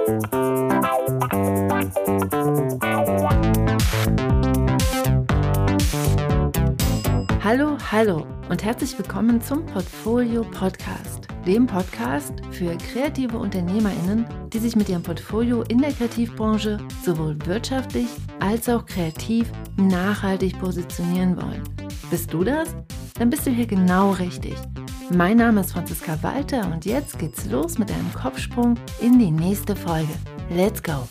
Hallo und herzlich willkommen zum Portfolio Podcast, dem Podcast für kreative UnternehmerInnen, die sich mit ihrem Portfolio in der Kreativbranche sowohl wirtschaftlich als auch kreativ nachhaltig positionieren wollen. Bist du das? Dann bist du hier genau richtig. Mein Name ist Franziska Walter und jetzt geht's los mit einem Kopfsprung in die nächste Folge. Let's go!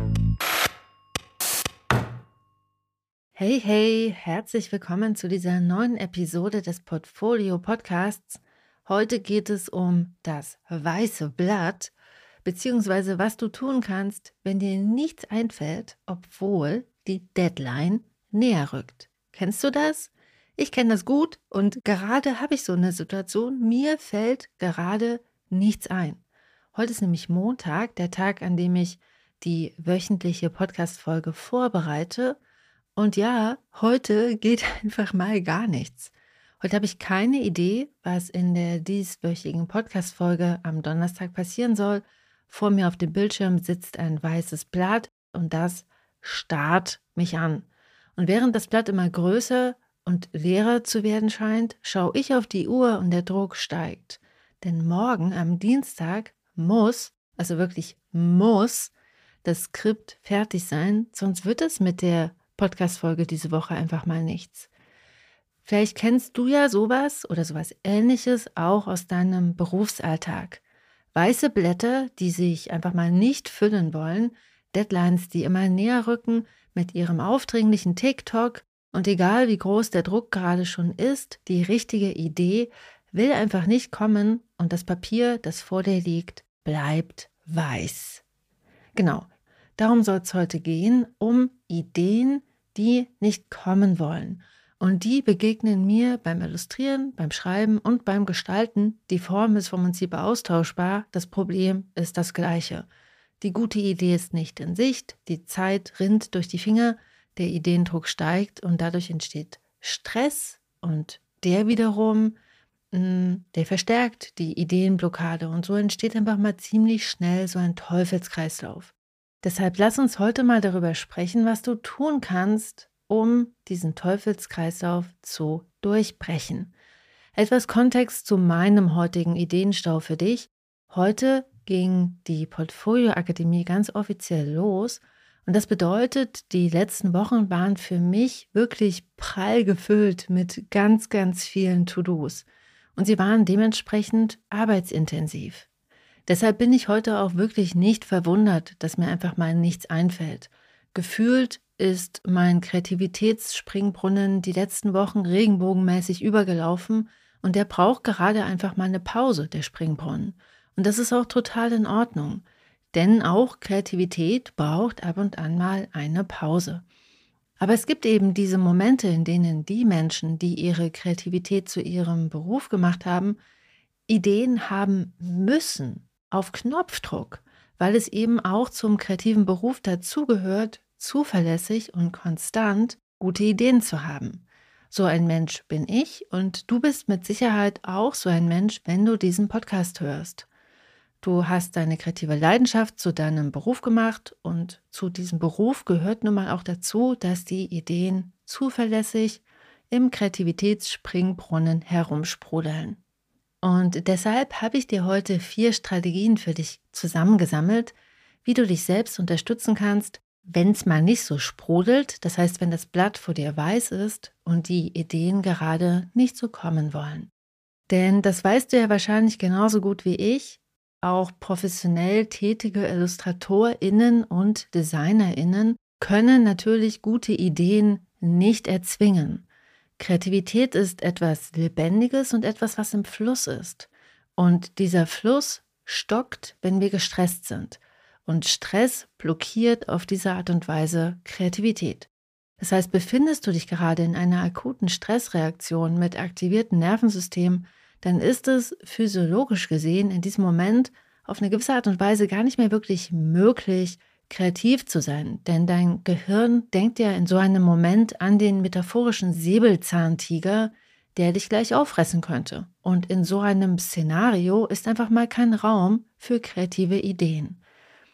Hey, herzlich willkommen zu dieser neuen Episode des Portfolio Podcasts. Heute geht es um das weiße Blatt, beziehungsweise was du tun kannst, wenn dir nichts einfällt, obwohl die Deadline näher rückt. Kennst du das? Ich kenne das gut und gerade habe ich so eine Situation, mir fällt gerade nichts ein. Heute ist nämlich Montag, der Tag, an dem ich die wöchentliche Podcast-Folge vorbereite. Und ja, heute geht einfach mal gar nichts. Heute habe ich keine Idee, was in der dieswöchigen Podcast-Folge am Donnerstag passieren soll. Vor mir auf dem Bildschirm sitzt ein weißes Blatt und das starrt mich an. Und während das Blatt immer größer und leerer zu werden scheint, schaue ich auf die Uhr und der Druck steigt. Denn morgen am Dienstag muss, also wirklich muss, das Skript fertig sein, sonst wird es mit der Podcast-Folge diese Woche einfach mal nichts. Vielleicht kennst du ja sowas oder sowas Ähnliches auch aus deinem Berufsalltag. Weiße Blätter, die sich einfach mal nicht füllen wollen, Deadlines, die immer näher rücken mit ihrem aufdringlichen TikTok und egal wie groß der Druck gerade schon ist, die richtige Idee will einfach nicht kommen und das Papier, das vor dir liegt, bleibt weiß. Genau. Darum soll es heute gehen, um Ideen, die nicht kommen wollen. Und die begegnen mir beim Illustrieren, beim Schreiben und beim Gestalten. Die Form ist vom Prinzip austauschbar, das Problem ist das gleiche. Die gute Idee ist nicht in Sicht, die Zeit rinnt durch die Finger, der Ideendruck steigt und dadurch entsteht Stress und der wiederum, der verstärkt die Ideenblockade und so entsteht einfach mal ziemlich schnell so ein Teufelskreislauf. Deshalb lass uns heute mal darüber sprechen, was du tun kannst, um diesen Teufelskreislauf zu durchbrechen. Etwas Kontext zu meinem heutigen Ideenstau für dich. Heute ging die Portfolio Akademie ganz offiziell los und das bedeutet, die letzten Wochen waren für mich wirklich prall gefüllt mit ganz vielen To-Dos und sie waren dementsprechend arbeitsintensiv. Deshalb bin ich heute auch wirklich nicht verwundert, dass mir einfach mal nichts einfällt. Gefühlt ist mein Kreativitätsspringbrunnen die letzten Wochen regenbogenmäßig übergelaufen und der braucht gerade einfach mal eine Pause, der Springbrunnen. Und das ist auch total in Ordnung, denn auch Kreativität braucht ab und an mal eine Pause. Aber es gibt eben diese Momente, in denen die Menschen, die ihre Kreativität zu ihrem Beruf gemacht haben, Ideen haben müssen. Auf Knopfdruck, weil es eben auch zum kreativen Beruf dazugehört, zuverlässig und konstant gute Ideen zu haben. So ein Mensch bin ich und du bist mit Sicherheit auch so ein Mensch, wenn du diesen Podcast hörst. Du hast deine kreative Leidenschaft zu deinem Beruf gemacht und zu diesem Beruf gehört nun mal auch dazu, dass die Ideen zuverlässig im Kreativitätsspringbrunnen herumsprudeln. Und deshalb habe ich dir heute 4 Strategien für dich zusammengesammelt, wie du dich selbst unterstützen kannst, wenn es mal nicht so sprudelt, das heißt, wenn das Blatt vor dir weiß ist und die Ideen gerade nicht so kommen wollen. Denn das weißt du ja wahrscheinlich genauso gut wie ich, auch professionell tätige IllustratorInnen und DesignerInnen können natürlich gute Ideen nicht erzwingen. Kreativität ist etwas Lebendiges und etwas, was im Fluss ist. Und dieser Fluss stockt, wenn wir gestresst sind. Und Stress blockiert auf diese Art und Weise Kreativität. Das heißt, befindest du dich gerade in einer akuten Stressreaktion mit aktiviertem Nervensystem, dann ist es physiologisch gesehen in diesem Moment auf eine gewisse Art und Weise gar nicht mehr wirklich möglich, kreativ zu sein, denn dein Gehirn denkt ja in so einem Moment an den metaphorischen Säbelzahntiger, der dich gleich auffressen könnte. Und in so einem Szenario ist einfach mal kein Raum für kreative Ideen.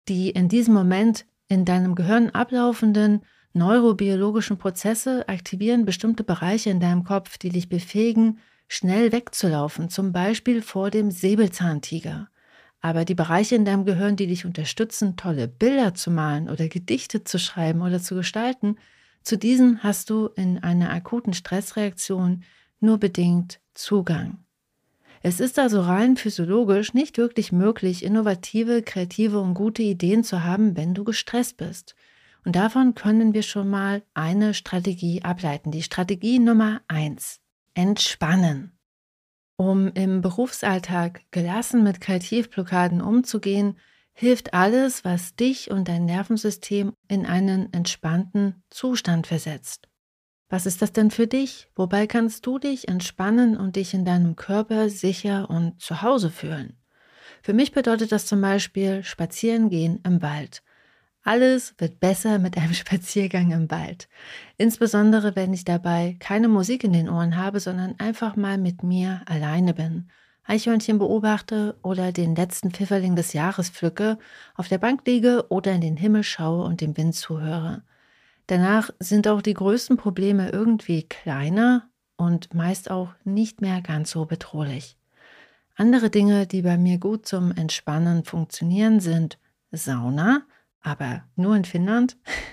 Die in diesem Moment in deinem Gehirn ablaufenden neurobiologischen Prozesse aktivieren bestimmte Bereiche in deinem Kopf, die dich befähigen, schnell wegzulaufen, zum Beispiel vor dem Säbelzahntiger. Aber die Bereiche in deinem Gehirn, die dich unterstützen, tolle Bilder zu malen oder Gedichte zu schreiben oder zu gestalten, zu diesen hast du in einer akuten Stressreaktion nur bedingt Zugang. Es ist also rein physiologisch nicht wirklich möglich, innovative, kreative und gute Ideen zu haben, wenn du gestresst bist. Und davon können wir schon mal eine Strategie ableiten. Die Strategie Nummer 1: Entspannen. Um im Berufsalltag gelassen mit Kreativblockaden umzugehen, hilft alles, was dich und dein Nervensystem in einen entspannten Zustand versetzt. Was ist das denn für dich? Wobei kannst du dich entspannen und dich in deinem Körper sicher und zu Hause fühlen? Für mich bedeutet das zum Beispiel Spazieren gehen im Wald. Alles wird besser mit einem Spaziergang im Wald. Insbesondere, wenn ich dabei keine Musik in den Ohren habe, sondern einfach mal mit mir alleine bin. Eichhörnchen beobachte oder den letzten Pfifferling des Jahres pflücke, auf der Bank liege oder in den Himmel schaue und dem Wind zuhöre. Danach sind auch die größten Probleme irgendwie kleiner und meist auch nicht mehr ganz so bedrohlich. Andere Dinge, die bei mir gut zum Entspannen funktionieren, sind Sauna, aber nur in Finnland,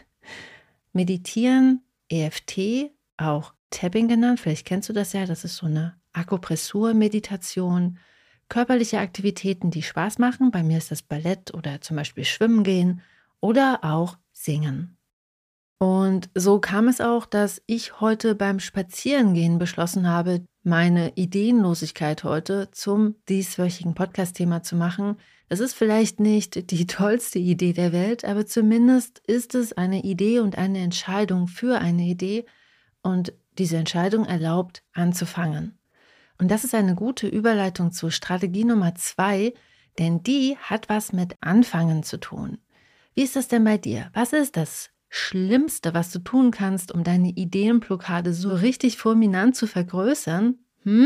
Meditieren, EFT, auch Tapping genannt, vielleicht kennst du das ja, das ist so eine Akupressur-Meditation, körperliche Aktivitäten, die Spaß machen, bei mir ist das Ballett oder zum Beispiel Schwimmen gehen oder auch Singen. Und so kam es auch, dass ich heute beim Spazierengehen beschlossen habe, meine Ideenlosigkeit heute zum dieswöchigen Podcast-Thema zu machen. Das ist vielleicht nicht die tollste Idee der Welt, aber zumindest ist es eine Idee und eine Entscheidung für eine Idee und diese Entscheidung erlaubt, anzufangen. Und das ist eine gute Überleitung zur Strategie Nummer 2, denn die hat was mit Anfangen zu tun. Wie ist das denn bei dir? Was ist das Schlimmste, was du tun kannst, um deine Ideenblockade so richtig fulminant zu vergrößern?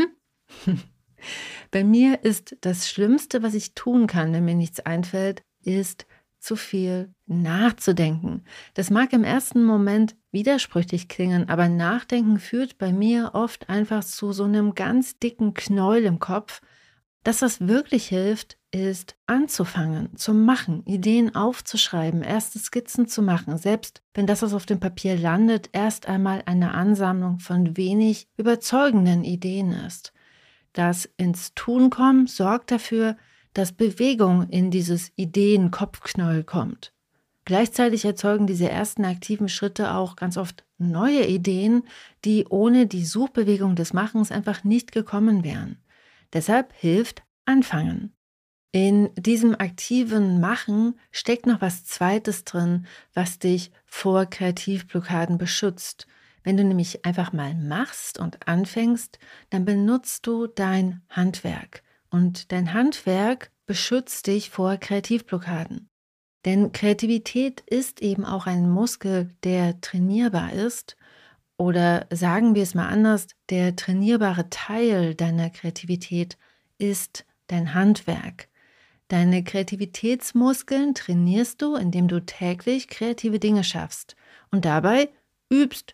Bei mir ist das Schlimmste, was ich tun kann, wenn mir nichts einfällt, ist zu viel nachzudenken. Das mag im ersten Moment widersprüchlich klingen, aber Nachdenken führt bei mir oft einfach zu so einem ganz dicken Knäuel im Kopf. Das, was wirklich hilft, ist anzufangen, zu machen, Ideen aufzuschreiben, erste Skizzen zu machen, selbst wenn das, was auf dem Papier landet, erst einmal eine Ansammlung von wenig überzeugenden Ideen ist. Das ins Tun kommen sorgt dafür, dass Bewegung in dieses Ideen-Kopfknäuel kommt. Gleichzeitig erzeugen diese ersten aktiven Schritte auch ganz oft neue Ideen, die ohne die Suchbewegung des Machens einfach nicht gekommen wären. Deshalb hilft Anfangen. In diesem aktiven Machen steckt noch was Zweites drin, was dich vor Kreativblockaden beschützt. Wenn du nämlich einfach mal machst und anfängst, dann benutzt du dein Handwerk. Und dein Handwerk beschützt dich vor Kreativblockaden. Denn Kreativität ist eben auch ein Muskel, der trainierbar ist. Oder sagen wir es mal anders, der trainierbare Teil deiner Kreativität ist dein Handwerk. Deine Kreativitätsmuskeln trainierst du, indem du täglich kreative Dinge schaffst und dabei übst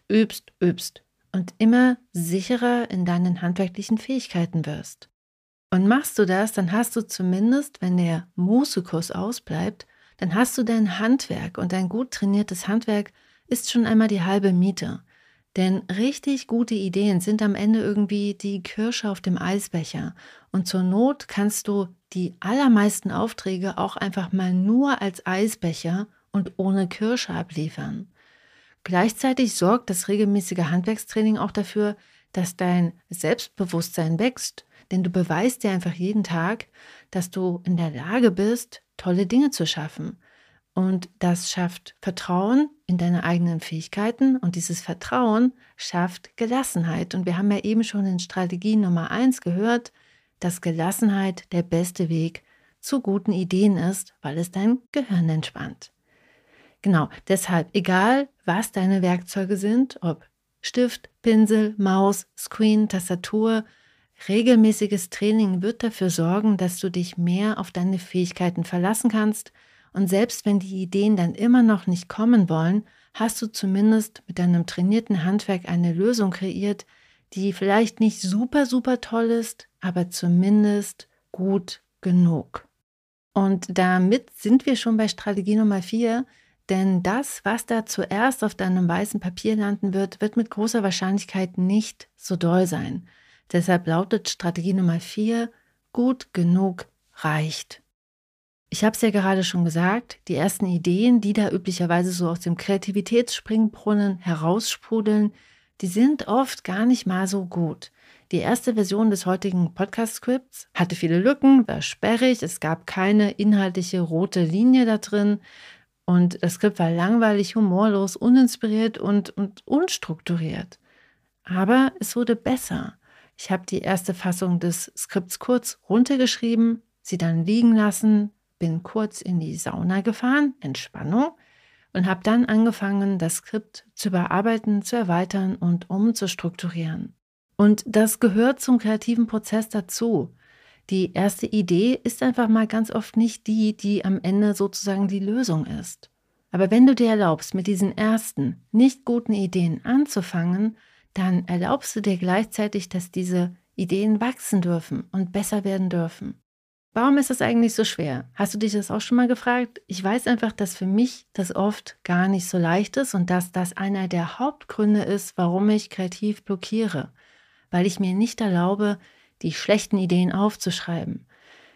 und immer sicherer in deinen handwerklichen Fähigkeiten wirst. Und machst du das, dann hast du zumindest, wenn der Mußekurs ausbleibt, dann hast du dein Handwerk und dein gut trainiertes Handwerk ist schon einmal die halbe Miete. Denn richtig gute Ideen sind am Ende irgendwie die Kirsche auf dem Eisbecher. Und zur Not kannst du die allermeisten Aufträge auch einfach mal nur als Eisbecher und ohne Kirsche abliefern. Gleichzeitig sorgt das regelmäßige Handwerkstraining auch dafür, dass dein Selbstbewusstsein wächst. Denn du beweist dir einfach jeden Tag, dass du in der Lage bist, tolle Dinge zu schaffen. Und das schafft Vertrauen in deine eigenen Fähigkeiten und dieses Vertrauen schafft Gelassenheit. Und wir haben ja eben schon in Strategie Nummer 1 gehört, dass Gelassenheit der beste Weg zu guten Ideen ist, weil es dein Gehirn entspannt. Genau, deshalb, egal was deine Werkzeuge sind, ob Stift, Pinsel, Maus, Screen, Tastatur, regelmäßiges Training wird dafür sorgen, dass du dich mehr auf deine Fähigkeiten verlassen kannst Und selbst wenn die Ideen dann immer noch nicht kommen wollen, hast du zumindest mit deinem trainierten Handwerk eine Lösung kreiert, die vielleicht nicht super, super toll ist, aber zumindest gut genug. Und damit sind wir schon bei Strategie Nummer 4, denn das, was da zuerst auf deinem weißen Papier landen wird, wird mit großer Wahrscheinlichkeit nicht so doll sein. Deshalb lautet Strategie Nummer 4, gut genug reicht. Ich habe es ja gerade schon gesagt, die ersten Ideen, die da üblicherweise so aus dem Kreativitätsspringbrunnen heraussprudeln, die sind oft gar nicht mal so gut. Die erste Version des heutigen Podcast-Skripts hatte viele Lücken, war sperrig, es gab keine inhaltliche rote Linie da drin und das Skript war langweilig, humorlos, uninspiriert und unstrukturiert. Aber es wurde besser. Ich habe die erste Fassung des Skripts kurz runtergeschrieben, sie dann liegen lassen, bin kurz in die Sauna gefahren, Entspannung, und habe dann angefangen, das Skript zu überarbeiten, zu erweitern und umzustrukturieren. Und das gehört zum kreativen Prozess dazu. Die erste Idee ist einfach mal ganz oft nicht die, die am Ende sozusagen die Lösung ist. Aber wenn du dir erlaubst, mit diesen ersten, nicht guten Ideen anzufangen, dann erlaubst du dir gleichzeitig, dass diese Ideen wachsen dürfen und besser werden dürfen. Warum ist das eigentlich so schwer? Hast du dich das auch schon mal gefragt? Ich weiß einfach, dass für mich das oft gar nicht so leicht ist und dass das einer der Hauptgründe ist, warum ich kreativ blockiere. Weil ich mir nicht erlaube, die schlechten Ideen aufzuschreiben.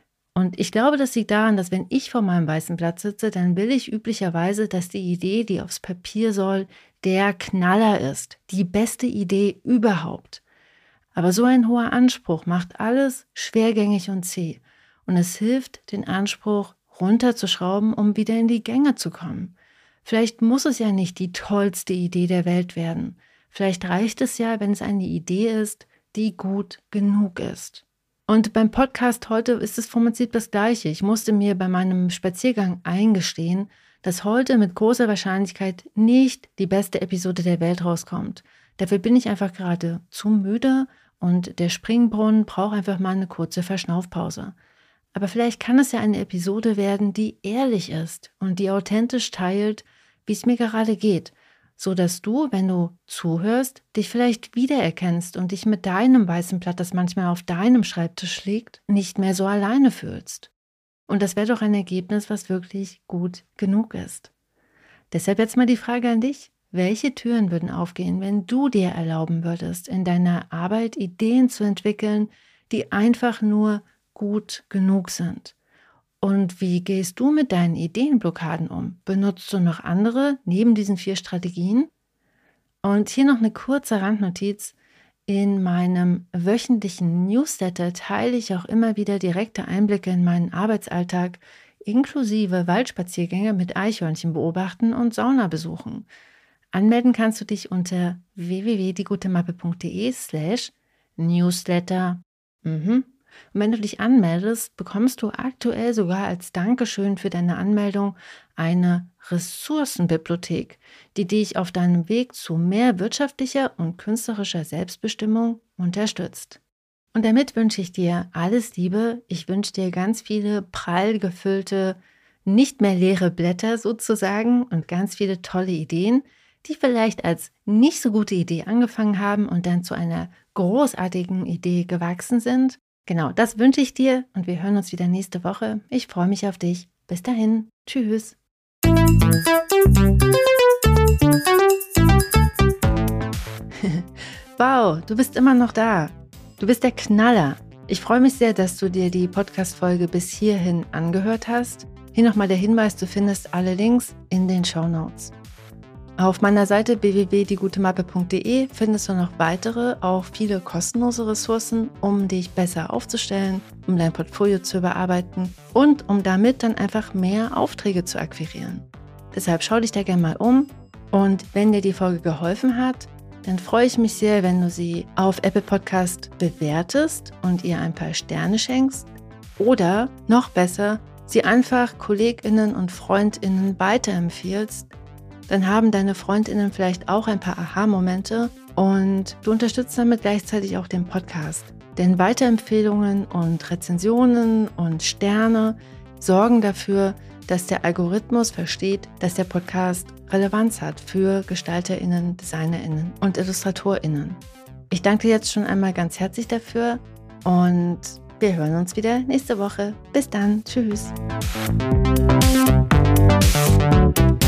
Und ich glaube, das liegt daran, dass wenn ich vor meinem weißen Blatt sitze, dann will ich üblicherweise, dass die Idee, die aufs Papier soll, der Knaller ist, die beste Idee überhaupt. Aber so ein hoher Anspruch macht alles schwergängig und zäh. Und es hilft, den Anspruch runterzuschrauben, um wieder in die Gänge zu kommen. Vielleicht muss es ja nicht die tollste Idee der Welt werden. Vielleicht reicht es ja, wenn es eine Idee ist, die gut genug ist. Und beim Podcast heute ist es vom Prinzip das Gleiche. Ich musste mir bei meinem Spaziergang eingestehen, dass heute mit großer Wahrscheinlichkeit nicht die beste Episode der Welt rauskommt. Dafür bin ich einfach gerade zu müde und der Springbrunnen braucht einfach mal eine kurze Verschnaufpause. Aber vielleicht kann es ja eine Episode werden, die ehrlich ist und die authentisch teilt, wie es mir gerade geht, so dass du, wenn du zuhörst, dich vielleicht wiedererkennst und dich mit deinem weißen Blatt, das manchmal auf deinem Schreibtisch liegt, nicht mehr so alleine fühlst. Und das wäre doch ein Ergebnis, was wirklich gut genug ist. Deshalb jetzt mal die Frage an dich. Welche Türen würden aufgehen, wenn du dir erlauben würdest, in deiner Arbeit Ideen zu entwickeln, die einfach nur gut genug sind? Und wie gehst du mit deinen Ideenblockaden um? Benutzt du noch andere neben diesen 4 Strategien? Und hier noch eine kurze Randnotiz. In meinem wöchentlichen Newsletter teile ich auch immer wieder direkte Einblicke in meinen Arbeitsalltag, inklusive Waldspaziergänge mit Eichhörnchen beobachten und Sauna besuchen. Anmelden kannst du dich unter www.diegutemappe.de/Newsletter. Und wenn du dich anmeldest, bekommst du aktuell sogar als Dankeschön für deine Anmeldung eine Ressourcenbibliothek, die dich auf deinem Weg zu mehr wirtschaftlicher und künstlerischer Selbstbestimmung unterstützt. Und damit wünsche ich dir alles Liebe. Ich wünsche dir ganz viele prall gefüllte, nicht mehr leere Blätter sozusagen und ganz viele tolle Ideen, die vielleicht als nicht so gute Idee angefangen haben und dann zu einer großartigen Idee gewachsen sind. Genau, das wünsche ich dir und wir hören uns wieder nächste Woche. Ich freue mich auf dich. Bis dahin. Tschüss. Wow, du bist immer noch da. Du bist der Knaller. Ich freue mich sehr, dass du dir die Podcast-Folge bis hierhin angehört hast. Hier nochmal der Hinweis, du findest alle Links in den Shownotes. Auf meiner Seite www.diegutemappe.de findest du noch weitere, auch viele kostenlose Ressourcen, um dich besser aufzustellen, um dein Portfolio zu überarbeiten und um damit dann einfach mehr Aufträge zu akquirieren. Deshalb schau dich da gerne mal um und wenn dir die Folge geholfen hat, dann freue ich mich sehr, wenn du sie auf Apple Podcast bewertest und ihr ein paar Sterne schenkst oder noch besser, sie einfach KollegInnen und FreundInnen weiterempfiehlst. Dann haben deine FreundInnen vielleicht auch ein paar Aha-Momente und du unterstützt damit gleichzeitig auch den Podcast. Denn Weiterempfehlungen und Rezensionen und Sterne, sorgen dafür, dass der Algorithmus versteht, dass der Podcast Relevanz hat für GestalterInnen, DesignerInnen und IllustratorInnen. Ich danke dir jetzt schon einmal ganz herzlich dafür und wir hören uns wieder nächste Woche. Bis dann. Tschüss.